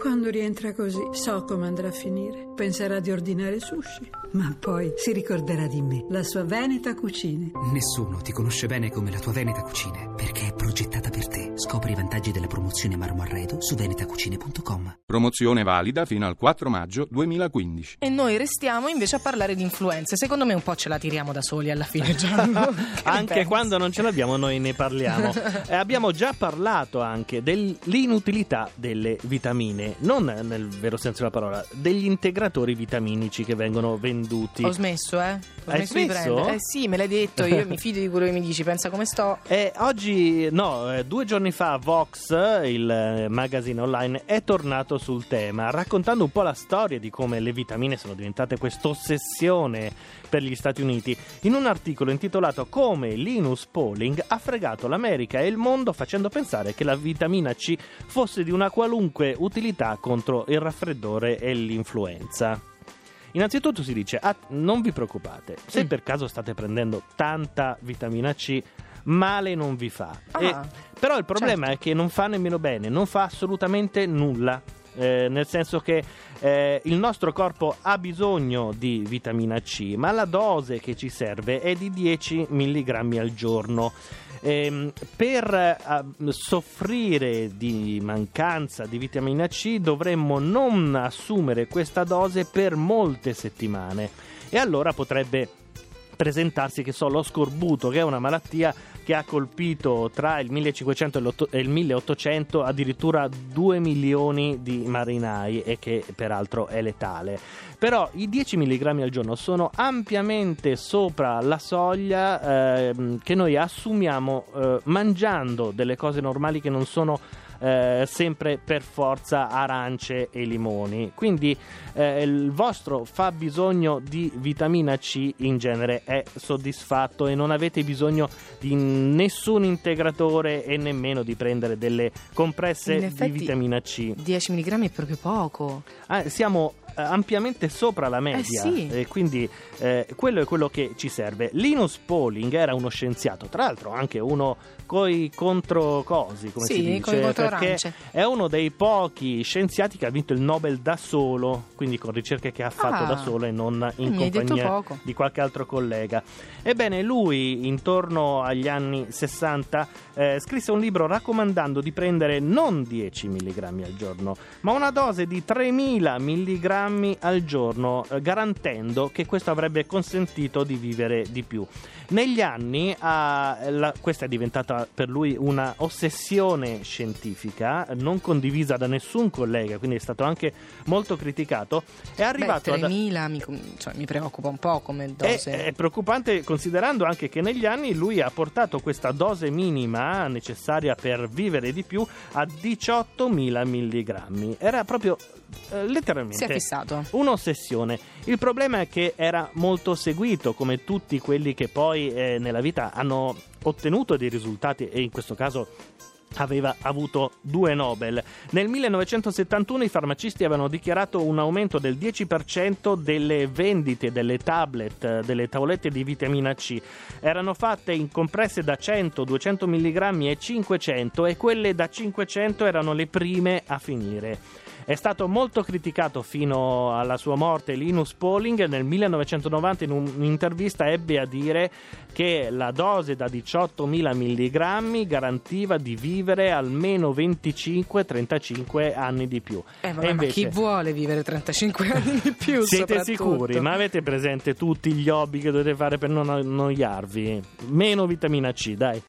Quando rientra così, so come andrà a finire. Penserà di ordinare sushi, ma poi si ricorderà di me, la sua Veneta Cucine. Nessuno ti conosce bene come la tua Veneta Cucine, perché è progettata per te. Scopri i vantaggi della promozione Marmo Arredo su venetacucine.com. Promozione valida fino al 4 maggio 2015. E noi restiamo invece a parlare di influenze. Secondo me un po' ce la tiriamo da soli alla fine, Gianlu. Anche quando non ce l'abbiamo noi ne parliamo. Abbiamo già parlato anche dell'inutilità delle vitamine, non nel vero senso della parola, degli integratori vitaminici che vengono venduti. Ho smesso, Ho Hai smesso di smesso? prendere. Sì, me l'hai detto, io mi fido di quello che mi dici, pensa come sto. Oggi, 2 giorni fa, Vox, il magazine online, è tornato sul tema, raccontando un po' la storia di come le vitamine sono diventate questa ossessione per gli Stati Uniti, in un articolo intitolato "Come Linus Pauling ha fregato l'America e il mondo facendo pensare che la vitamina C fosse di una qualunque utilità contro il raffreddore e l'influenza". Innanzitutto si dice: non vi preoccupate, se per caso state prendendo tanta vitamina C, male non vi fa. Però il problema è che non fa nemmeno bene, non fa assolutamente nulla. Nel senso che il nostro corpo ha bisogno di vitamina C, ma la dose che ci serve è di 10 mg al giorno. Per soffrire di mancanza di vitamina C dovremmo non assumere questa dose per molte settimane, e allora potrebbe presentarsi, lo scorbuto, che è una malattia che ha colpito tra il 1500 e il 1800 addirittura 2 milioni di marinai, e che peraltro è letale. Però i 10 mg al giorno sono ampiamente sopra la soglia che noi assumiamo mangiando delle cose normali che non sono sempre per forza arance e limoni. Quindi il vostro fabbisogno di vitamina C in genere è soddisfatto e non avete bisogno di nessun integratore e nemmeno di prendere delle compresse di vitamina C. 10 mg è proprio poco. Siamo ampiamente sopra la media, sì. E quindi quello è quello che ci serve. Linus Pauling era uno scienziato, tra l'altro anche uno coi controcosi, come si dice, perché è uno dei pochi scienziati che ha vinto il Nobel da solo, quindi con ricerche che ha fatto da solo e non in compagnia di qualche altro collega. Ebbene, lui intorno agli anni 60 scrisse un libro raccomandando di prendere non 10 mg al giorno, ma una dose di 3000 mg al giorno, garantendo che questo avrebbe consentito di vivere di più. Negli anni questa è diventata per lui una ossessione scientifica non condivisa da nessun collega, quindi è stato anche molto criticato. È arrivato 3.000 mi preoccupa un po' come dose. È preoccupante, considerando anche che negli anni lui ha portato questa dose minima necessaria per vivere di più a 18.000 mg. Era proprio letteralmente si è fissato. Un'ossessione. Il problema è che era molto seguito, come tutti quelli che poi nella vita hanno ottenuto dei risultati, e in questo caso aveva avuto 2 Nobel. Nel 1971 i farmacisti avevano dichiarato un aumento del 10% delle vendite delle tablet, delle tavolette di vitamina C. Erano fatte in compresse da 100, 200 mg e 500, e quelle da 500 erano le prime a finire. È stato molto criticato fino alla sua morte Linus Pauling. Nel 1990 in un'intervista ebbe a dire che la dose da 18.000 mg garantiva di vivere almeno 25-35 anni di più. Ma chi vuole vivere 35 anni di più? Siete sicuri? Ma avete presente tutti gli hobby che dovete fare per non annoiarvi? Meno vitamina C, dai.